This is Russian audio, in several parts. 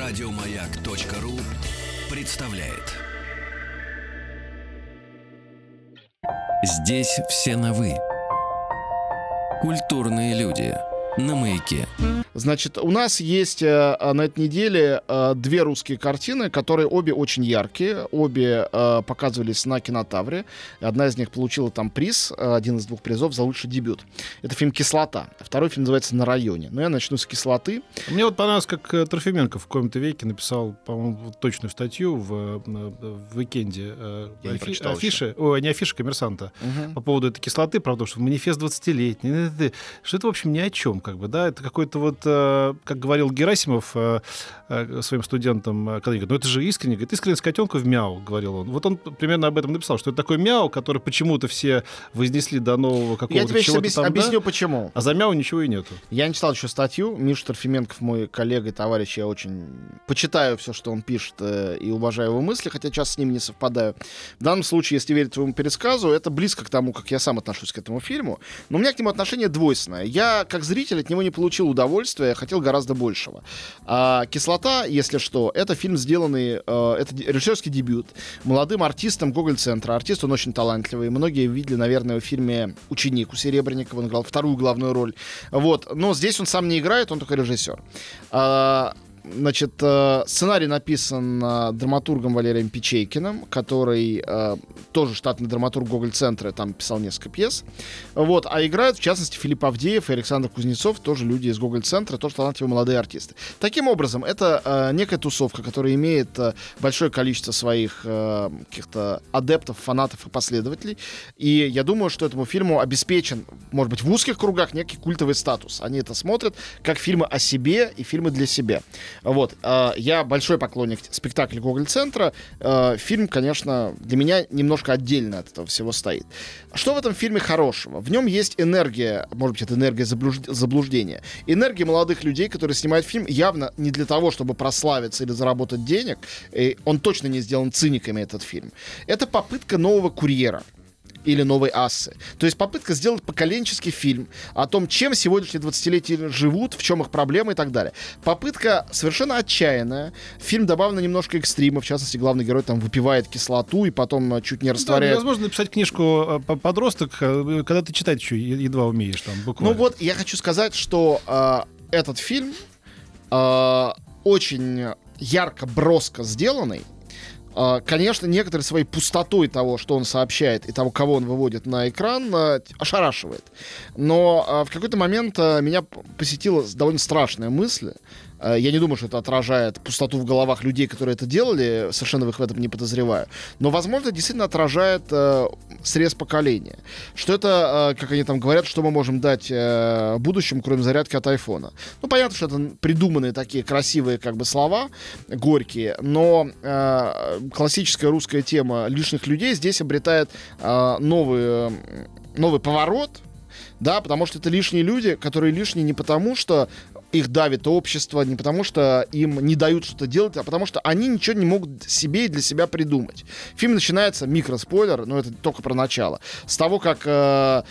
Радиомаяк.ру представляет. Здесь все на «вы». Культурные люди. На Маяке. Значит, у нас есть на этой неделе две русские картины, которые обе очень яркие, обе показывались на Кинотавре. Одна из них получила там приз, один из двух призов за лучший дебют. Это фильм «Кислота». Второй фильм называется «На районе». Но я начну с «Кислоты». Мне вот понравилось, как Трофименко в коем-то веке написал, по-моему, точную статью в «Уикенде». Афиши, не афиши, «Коммерсанта». По поводу этой кислоты, правда, что манифест 20-летний. Что это, в общем, ни о чем, как бы, да? Это какой-то вот, как говорил Герасимов своим студентам, когда говорит, ну это же искренне, говорит, искренность котенка в мяу, говорил он. Вот он примерно об этом написал, что это такой мяу, который почему-то все вознесли до нового какого-то Я тебе чего-то сейчас объясню, почему. А за мяу ничего и нету. Я не читал еще статью. Миша Трофименков, мой коллега и товарищ, я очень почитаю все, что он пишет, и уважаю его мысли, хотя часто с ними не совпадаю. В данном случае, если верить твоему пересказу, это близко к тому, как я сам отношусь к этому фильму. Но у меня к нему отношение двойственное. Я, как зритель, от него не получил удовольствия, я хотел гораздо большего. А «Кислота», если что, это фильм, сделанный, это режиссерский дебют молодым артистом Гоголь-центра. Артист, он очень талантливый. Многие видели, наверное, в фильме «Ученик» у Серебренникова. Он играл вторую главную роль. Вот. Но здесь он сам не играет, он только режиссер. Значит, сценарий написан драматургом Валерием Печейкиным, который тоже штатный драматург Гоголь-центра, там писал несколько пьес. Вот. А играют, в частности, Филипп Авдеев и Александр Кузнецов, тоже люди из Гоголь-центра, тоже талантливые молодые артисты. Таким образом, это некая тусовка, которая имеет большое количество своих каких-то адептов, фанатов и последователей. И я думаю, что этому фильму обеспечен, может быть, в узких кругах некий культовый статус. Они это смотрят как фильмы о себе и фильмы для себя. Вот. Я большой поклонник спектакля Гоголь-центра. Фильм, конечно, для меня немножко отдельно от этого всего стоит. Что в этом фильме хорошего? В нем есть энергия, может быть, это энергия заблуждения. Энергия молодых людей, которые снимают фильм явно не для того, чтобы прославиться или заработать денег. И он точно не сделан циниками, этот фильм. Это попытка нового курьера. Или новой ассы. То есть попытка сделать поколенческий фильм о том, чем сегодняшние 20-летия живут, в чем их проблемы и так далее. Попытка совершенно отчаянная. В фильм добавлено немножко экстрима. В частности, главный герой там выпивает кислоту и потом чуть не растворяет. Да, невозможно написать книжку «Подросток», когда ты читать еще едва умеешь. Там, буквально. Ну вот, я хочу сказать, что этот фильм очень ярко, броско сделанный. Конечно, некоторой своей пустотой того, что он сообщает, и того, кого он выводит на экран, ошарашивает. Но в какой-то момент меня посетила довольно страшная мысль. Я не думаю, что это отражает пустоту в головах людей, которые это делали, совершенно их в этом не подозреваю. Но, возможно, действительно отражает срез поколения. Что это, как они там говорят, что мы можем дать будущему, кроме зарядки от айфона. Ну, понятно, что это придуманные такие красивые как бы слова, горькие, но классическая русская тема лишних людей здесь обретает новый поворот, да, потому что это лишние люди, которые лишние не потому, что их давит общество, не потому что им не дают что-то делать, а потому что они ничего не могут себе и для себя придумать. Фильм начинается, микроспойлер, но это только про начало, с того, как то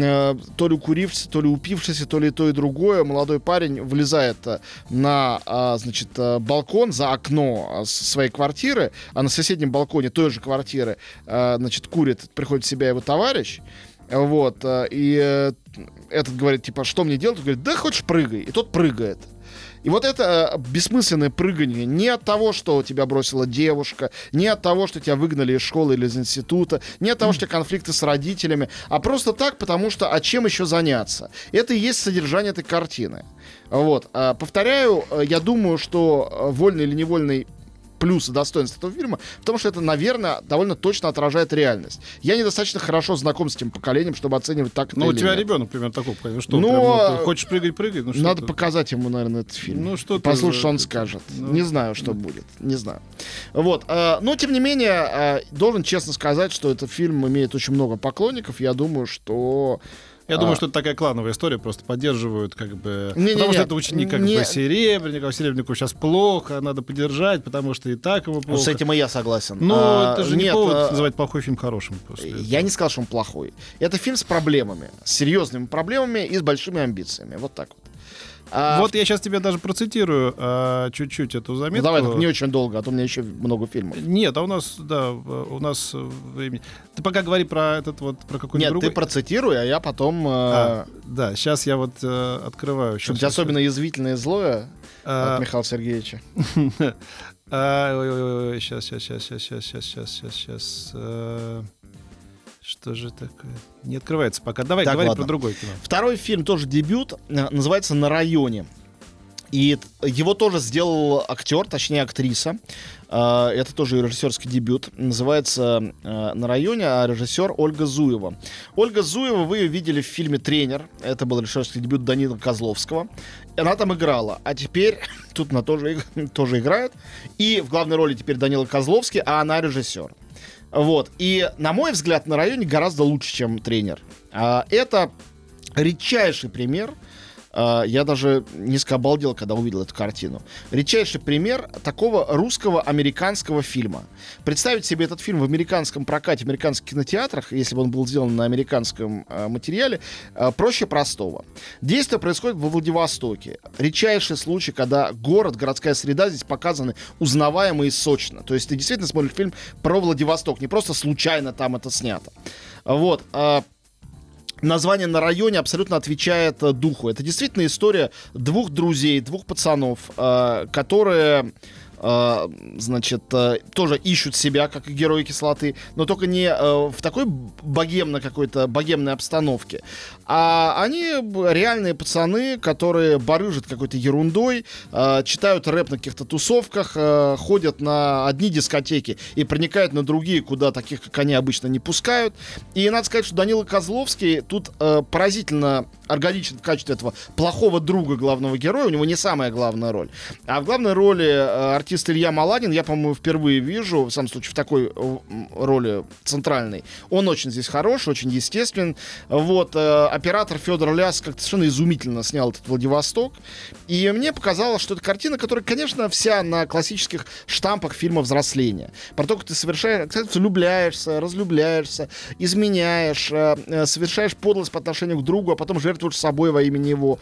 ли укурившийся, то ли упившийся, то ли то и другое, молодой парень влезает на, значит, балкон за окно своей квартиры, а на соседнем балконе той же квартиры, значит, курит, приходит в себя его товарищ. Вот, и этот говорит, типа, что мне делать? Он говорит, да хочешь прыгай. И тот прыгает. И вот это бессмысленное прыгание не от того, что тебя бросила девушка, не от того, что тебя выгнали из школы или из института, не от того, что у тебя конфликты с родителями, а просто так, потому что, а чем еще заняться? Это и есть содержание этой картины. Вот. Повторяю, я думаю, что вольный или невольный плюс и достоинство этого фильма, потому что это, наверное, довольно точно отражает реальность. Я недостаточно хорошо знаком с этим поколением, чтобы оценивать так. Ну, у тебя ребенок, примерно, такого поколения. Что, но... хочешь прыгать? Ну, надо показать ему, наверное, этот фильм. Ну, что послушай, что он скажет. Ну... Не знаю, что будет. Не знаю. Вот. Но, тем не менее, должен честно сказать, что этот фильм имеет очень много поклонников. Я думаю, что... Я думаю, что это такая клановая история, просто поддерживают, как бы... Потому что это ученик как бы Серебренникова сейчас плохо, надо поддержать, потому что и так ему плохо. С этим и я согласен. Но это же не повод называть плохой фильм хорошим. Я не сказал, что он плохой. Это фильм с проблемами, с серьезными проблемами и с большими амбициями. Вот так вот. Вот я сейчас тебе даже процитирую чуть-чуть эту заметку. Ну, давай, так не очень долго, а то у меня еще много фильмов. Нет, у нас времени. Ты пока говори про этот вот, про какой-нибудь другой. Нет, ты процитируй, а я потом... Да, сейчас я вот открываю. Что-нибудь особенно язвительное и злое от Михаила Сергеевича. Сейчас. Что же такое? Не открывается пока. Давай, говори про другой кино. Второй фильм, тоже дебют, называется «На районе». И его тоже сделал актер, точнее актриса. Это тоже режиссерский дебют. Называется «На районе», а режиссер Ольга Зуева. Ольга Зуева, вы ее видели в фильме «Тренер». Это был режиссерский дебют Данила Козловского. Она там играла. А теперь тут она тоже играет. И в главной роли теперь Данила Козловский, а она режиссер. Вот. И, на мой взгляд, «На районе» гораздо лучше, чем «Тренер». Это редчайший пример. Я даже несколько обалдел, когда увидел эту картину. Редчайший пример такого русско-американского фильма. Представить себе этот фильм в американском прокате, в американских кинотеатрах, если бы он был сделан на американском материале, проще простого. Действие происходит во Владивостоке. Редчайший случай, когда город, городская среда здесь показаны узнаваемо и сочно. То есть ты действительно смотришь фильм про Владивосток, не просто случайно там это снято. Вот. Название «На районе» абсолютно отвечает духу. Это действительно история двух друзей, двух пацанов, которые... значит, тоже ищут себя, как и герои «Кислоты», но только не в такой богемной обстановке, а они реальные пацаны, которые барыжат какой-то ерундой, читают рэп на каких-то тусовках, ходят на одни дискотеки и проникают на другие, куда таких, как они, обычно не пускают. И надо сказать, что Данила Козловский тут поразительно органичен в качестве этого плохого друга главного героя. У него не самая главная роль. А в главной роли артист Илья Маланин, я, по-моему, впервые вижу, в самом случае, в такой роли центральной. Он очень здесь хорош, очень естественен. Вот, оператор Федор Ляс как-то совершенно изумительно снял этот Владивосток. И мне показалось, что это картина, которая, конечно, вся на классических штампах фильма взросления. Про то, как ты влюбляешься, разлюбляешься, изменяешь, совершаешь подлость по отношению к другу, а потом жертвуешь собой во имя него.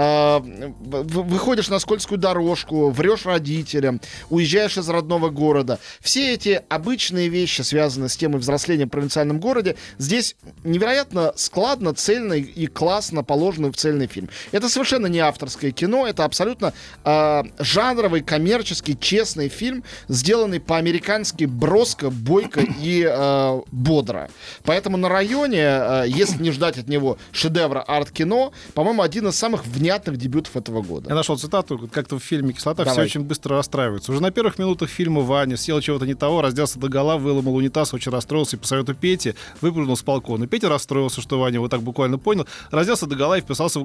Выходишь на скользкую дорожку, врешь родителям, уезжаешь из родного города. Все эти обычные вещи, связанные с темой взросления в провинциальном городе, здесь невероятно складно, цельно и классно положены в цельный фильм. Это совершенно не авторское кино, это абсолютно жанровый, коммерческий, честный фильм, сделанный по-американски броско, бойко и бодро. Поэтому «На районе», если не ждать от него шедевра арт-кино, по-моему, один из самых внятных дебютов этого года. Я нашел цитату, как-то в фильме «Кислота» Давай. все очень быстро расстраиваются. Уже на первых минутах фильма Ваня съел чего-то не того, разделся догола, выломал унитаз, очень расстроился и по совету Пети выпрыгнул с балкона. Петя расстроился, что Ваня его так буквально понял, разделся догола и вписался в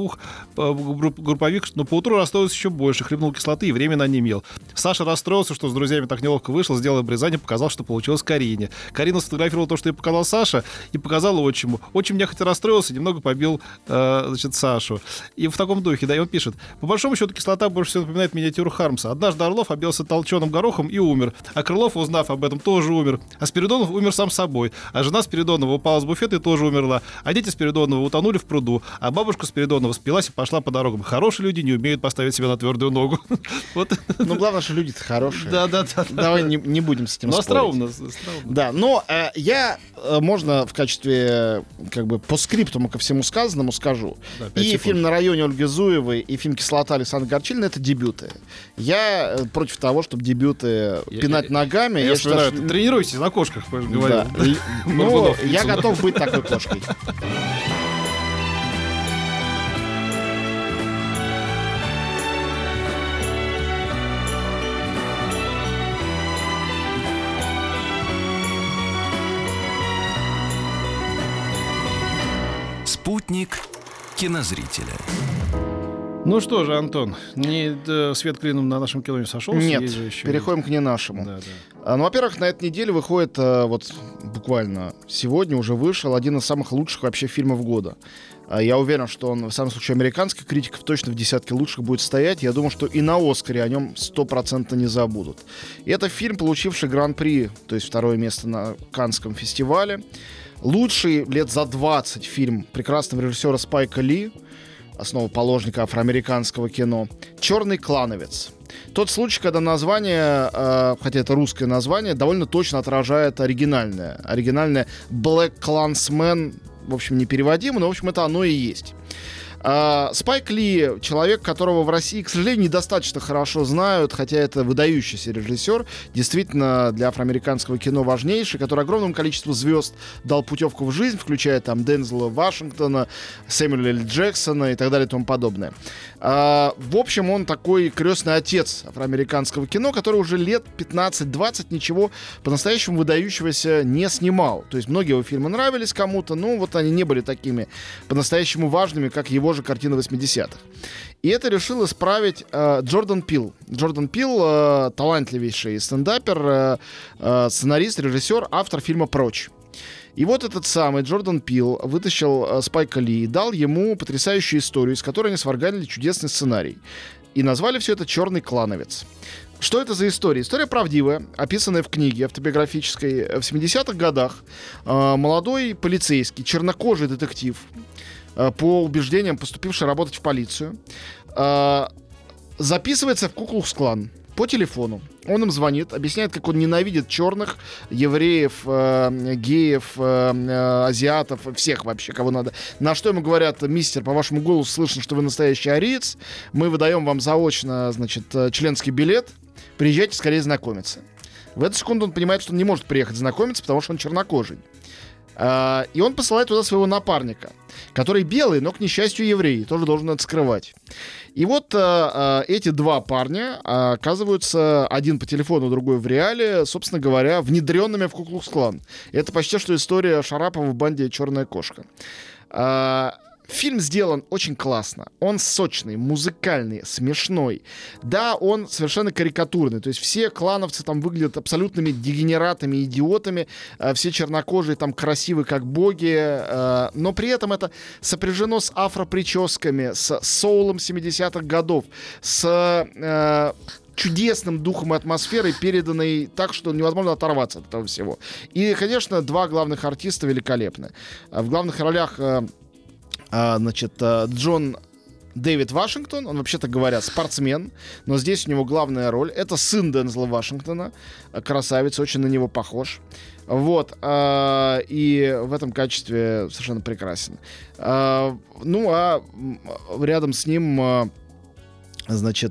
групповик, но поутру расстроился еще больше, хлебнул кислоты и временно онемел. Саша расстроился, что с друзьями так неловко вышел, сделал обрезание, показал, что получилось Карине. Карина сфотографировала то, что ей показал Саша, и показала отчиму. Отчим нехотя расстроился, немного побил Сашу. И в таком духе, да, и он пишет: по большому счету, «Кислота» больше всего напоминает миниатюру Хармса. Однажды Орлов объелся толченым горохом и умер. А Крылов, узнав об этом, тоже умер. А Спиридонов умер сам собой. А жена Спиридонова упала с буфета и тоже умерла. А дети Спиридонова утонули в пруду. А бабушка Спиридонова спилась и пошла по дорогам. Хорошие люди не умеют поставить себя на твердую ногу. Ну, главное, что люди-то хорошие. Да. Давай не будем с этим спорить. Остроумно. Да, но можно в качестве по скриптуму ко всему сказанному скажу. И фильм «На районе» Ольги Зуевой, и фильм «Кислота» Александра Горчилина — это дебюты. Я против того, чтобы дебюты пинать ногами. Я считаю, тренируйтесь на кошках, говорил. Ну, я готов быть такой кошкой. Спутник кинозрителя. Ну что же, Антон, свет клином на нашем кино не сошелся? Нет, переходим к не нашему. Да. Ну, во-первых, на этой неделе выходит, вот буквально сегодня уже вышел один из самых лучших вообще фильмов года. Я уверен, что он, в самом случае, американских критиков точно в десятке лучших будет стоять. Я думаю, что и на «Оскаре» о нем 100% не забудут. И это фильм, получивший гран-при, то есть второе место на Каннском фестивале. Лучший лет за 20 фильм прекрасного режиссера Спайка Ли. основоположника афроамериканского кино. «Черный клановец». Тот случай, когда название, хотя это русское название, довольно точно отражает оригинальное. Оригинальное «Black Klansman», в общем, непереводимо, но, в общем, это оно и есть. Спайк Ли, человек, которого в России, к сожалению, недостаточно хорошо знают, хотя это выдающийся режиссер, действительно для афроамериканского кино важнейший, который огромному количеству звезд дал путевку в жизнь, включая там Дензела Вашингтона, Сэмюэля Л. Джексона и так далее и тому подобное. В общем, он такой крестный отец афроамериканского кино, который уже лет 15-20 ничего по-настоящему выдающегося не снимал. То есть многие его фильмы нравились кому-то, но вот они не были такими по-настоящему важными, как его же картины 80-х. И это решил исправить Джордан Пил. Джордан Пил талантливейший стендапер, сценарист, режиссер, автор фильма «Прочь». И вот этот самый Джордан Пил вытащил Спайка Ли и дал ему потрясающую историю, из которой они сварганили чудесный сценарий. И назвали все это «Черный клановец». Что это за история? История правдивая, описанная в книге автобиографической. В 70-х годах молодой полицейский, чернокожий детектив, по убеждениям поступивший работать в полицию, записывается в Ку-клукс-клан по телефону. Он им звонит, объясняет, как он ненавидит черных, евреев, геев, азиатов, всех вообще, кого надо. На что ему говорят: мистер, по вашему голосу слышно, что вы настоящий ариец, мы выдаем вам заочно, значит, членский билет, приезжайте скорее знакомиться. В эту секунду он понимает, что он не может приехать знакомиться, потому что он чернокожий. И он посылает туда своего напарника, который белый, но, к несчастью, еврей, тоже должен это скрывать. И вот эти два парня оказываются, один по телефону, другой в реале, собственно говоря, внедренными в Ку-клукс-клан. Это почти что история Шарапова в банде «Черная кошка». Фильм сделан очень классно. Он сочный, музыкальный, смешной. Да, он совершенно карикатурный. То есть все клановцы там выглядят абсолютными дегенератами, идиотами. Все чернокожие там красивы, как боги. Но при этом это сопряжено с афроприческами, с соулом 70-х годов, с чудесным духом и атмосферой, переданной так, что невозможно оторваться от этого всего. И, конечно, два главных артиста великолепны. В главных ролях значит, Джон Дэвид Вашингтон, он, вообще-то говоря, спортсмен, но здесь у него главная роль. Это сын Дензела Вашингтона, красавец, очень на него похож. Вот, и в этом качестве совершенно прекрасен. Ну, а рядом с ним, значит,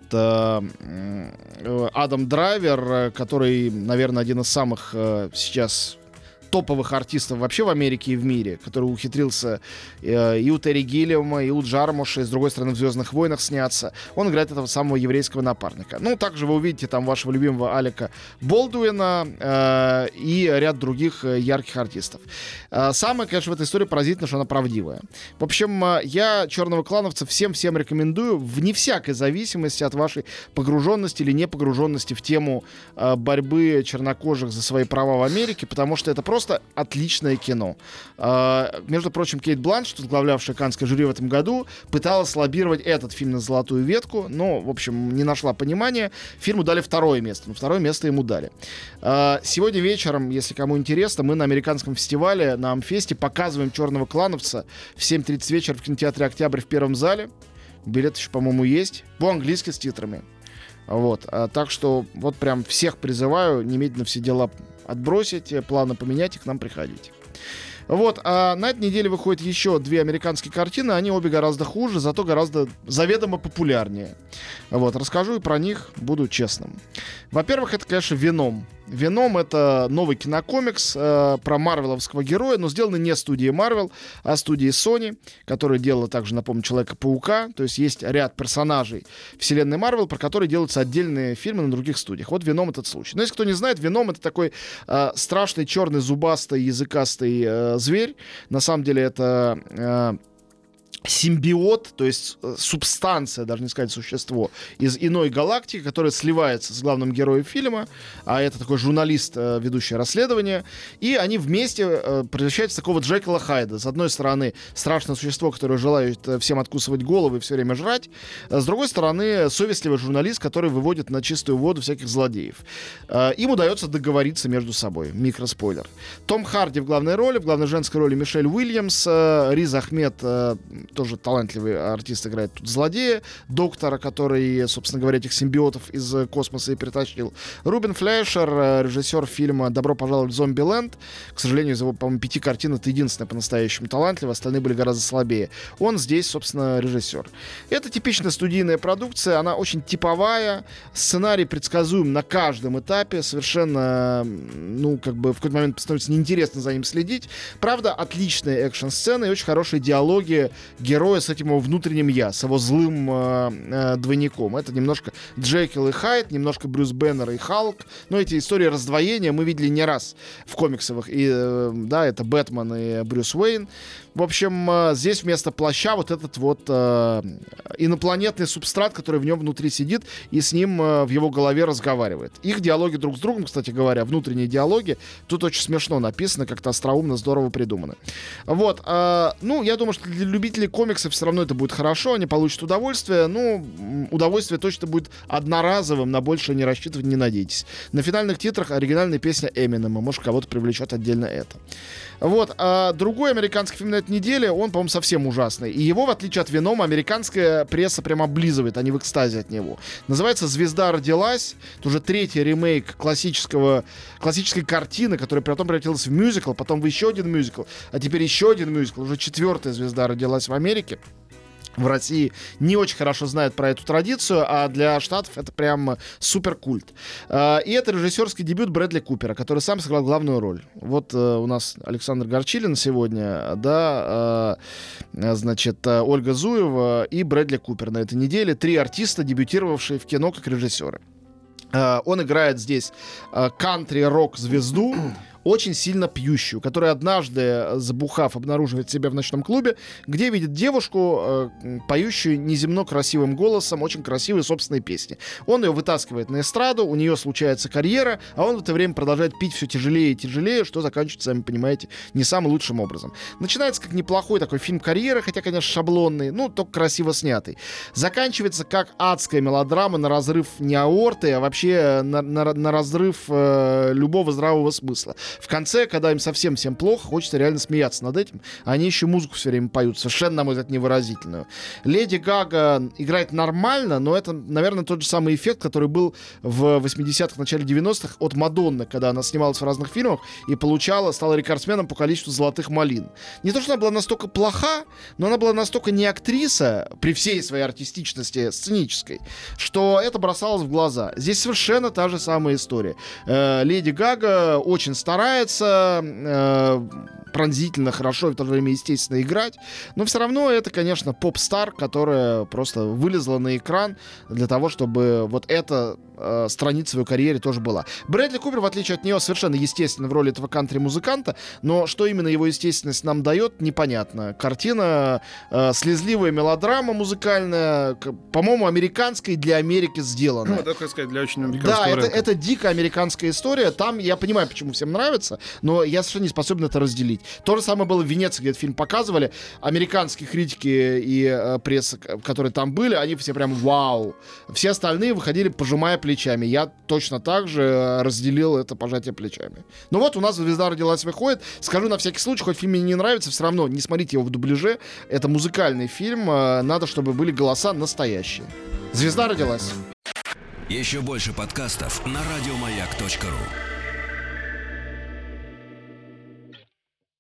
Адам Драйвер, который, наверное, один из самых сейчас топовых артистов вообще в Америке и в мире, который ухитрился и у Терри Гиллиама, и у Джармуша, и, с другой стороны, в «Звездных войнах» сняться. Он играет этого самого еврейского напарника. Ну, также вы увидите там вашего любимого Алека Болдуина и ряд других ярких артистов. Самое, конечно, в этой истории поразительно, что она правдивая. В общем, я «Черного клановца» всем рекомендую, вне всякой зависимости от вашей погруженности или непогруженности в тему борьбы чернокожих за свои права в Америке, потому что это просто отличное кино. Между прочим, Кейт Бланшетт, возглавлявшая Каннское жюри в этом году, пыталась лоббировать этот фильм на «Золотую ветку», но, в общем, не нашла понимания. Фильму дали второе место, но второе место ему дали. Сегодня вечером, если кому интересно, мы на американском фестивале, на Амфесте, показываем «Черного клановца» в 7:30 вечера в кинотеатре «Октябрь» в первом зале. Билет еще, по-моему, есть. По-английски с титрами. Вот. Так что вот прям всех призываю немедленно все дела отбросить, планы поменять и к нам приходить. Вот, а на этой неделе выходят еще две американские картины. Они обе гораздо хуже, зато гораздо заведомо популярнее. Вот, расскажу и про них, буду честным. Во-первых, это, конечно, «Веном». «Веном» — это новый кинокомикс про марвеловского героя, но сделанный не студией Marvel, а студией Sony, которая делала также, напомню, Человека-паука. То есть есть ряд персонажей вселенной Marvel, про которые делаются отдельные фильмы на других студиях. Вот «Веном» — этот случай. Но если кто не знает, «Веном» — это такой страшный, черный, зубастый, языкастый зверь. На самом деле это симбиот, то есть субстанция, даже не сказать существо, из иной галактики, которая сливается с главным героем фильма, а это такой журналист, ведущий расследование, и они вместе превращаются в такого Джекила Хайда. С одной стороны, страшное существо, которое желает всем откусывать головы и все время жрать, с другой стороны, совестливый журналист, который выводит на чистую воду всяких злодеев. Им удается договориться между собой. Микроспойлер. Том Харди в главной роли, в главной женской роли Мишель Уильямс, Риз Ахмед, тоже талантливый артист играет тут злодея, доктора, который, собственно говоря, этих симбиотов из космоса и перетащил. Рубен Флейшер, режиссер фильма «Добро пожаловать в Зомбиленд». К сожалению, из его, по-моему, 5 картин это единственная по-настоящему талантливая, остальные были гораздо слабее. Он здесь, собственно, режиссер. Это типичная студийная продукция, она очень типовая, сценарий предсказуем на каждом этапе, совершенно, в какой-то момент становится неинтересно за ним следить. Правда, отличные экшн-сцены и очень хорошие диалоги героя с этим его внутренним я, с его злым двойником. Это немножко Джекил и Хайд, немножко Брюс Беннер и Халк. Но эти истории раздвоения мы видели не раз в комиксовых. И да, это Бэтмен и Брюс Уэйн. В общем, здесь вместо плаща вот этот вот инопланетный субстрат, который в нем внутри сидит и с ним в его голове разговаривает. Их диалоги друг с другом, кстати говоря, внутренние диалоги, тут очень смешно написано, как-то остроумно, здорово придумано. Вот. Я думаю, что для любителей комиксов все равно это будет хорошо, они получат удовольствие. Удовольствие точно будет одноразовым, на больше не рассчитывать, не надейтесь. На финальных титрах оригинальная песня Эминема. Может, кого-то привлечет отдельно это. Вот. Другой американский фильм на этой неделе, он, по-моему, совсем ужасный. И его, в отличие от Венома, американская пресса прямо облизывает, они в экстазе от него. Называется «Звезда родилась». Это уже третий ремейк классической картины, которая потом превратилась в мюзикл, потом в еще один мюзикл, а теперь еще один мюзикл. Уже 4-я «Звезда родилась» в Америке. В России не очень хорошо знают про эту традицию, а для Штатов это прям супер культ. И это режиссерский дебют Брэдли Купера, который сам сыграл главную роль. Вот у нас Александр Горчилин сегодня, да, Ольга Зуева и Брэдли Купер на этой неделе. 3 артиста, дебютировавшие в кино как режиссеры. Он играет здесь кантри-рок-звезду, очень сильно пьющую, которая однажды, забухав, обнаруживает себя в ночном клубе, где видит девушку, поющую неземно красивым голосом очень красивые собственные песни. Он ее вытаскивает на эстраду, у нее случается карьера, а он в это время продолжает пить все тяжелее и тяжелее, что заканчивается, сами понимаете, не самым лучшим образом. Начинается как неплохой такой фильм карьеры, хотя, конечно, шаблонный, только красиво снятый. Заканчивается как адская мелодрама на разрыв не аорты, а вообще на разрыв любого здравого смысла. В конце, когда им совсем всем плохо, хочется реально смеяться над этим. Они еще музыку все время поют, совершенно, на мой взгляд, невыразительную. Леди Гага играет нормально, но это, наверное, тот же самый эффект, который был в 80-х, начале 90-х от Мадонны, когда она снималась в разных фильмах и стала рекордсменом по количеству золотых малин. Не то, что она была настолько плоха, но она была настолько не актриса, при всей своей артистичности сценической, что это бросалось в глаза. Здесь совершенно та же самая история. Леди Гага очень старается, пронзительно, хорошо, и в то же время, естественно, играть. Но все равно это, конечно, поп-стар, которая просто вылезла на экран для того, чтобы вот эта страница в ее карьере тоже была. Брэдли Купер, в отличие от нее, совершенно естественно в роли этого кантри-музыканта, но что именно его естественность нам дает, непонятно. Картина слезливая мелодрама музыкальная, по-моему, американская и для Америки сделана. Так сказать, для очень американского рынка. Да, это дико американская история. Там, я понимаю, почему всем нравится, но я совершенно не способен это разделить. То же самое было в Венеции, где этот фильм показывали. Американские критики и пресса, которые там были, они все прям вау. Все остальные выходили, пожимая плечами. Я точно так же разделил это пожатие плечами. Ну вот, у нас «Звезда родилась» выходит. Скажу на всякий случай, хоть фильм мне не нравится, все равно не смотрите его в дубляже. Это музыкальный фильм. Надо, чтобы были голоса настоящие. «Звезда родилась». Еще больше подкастов на радиомаяк.ру.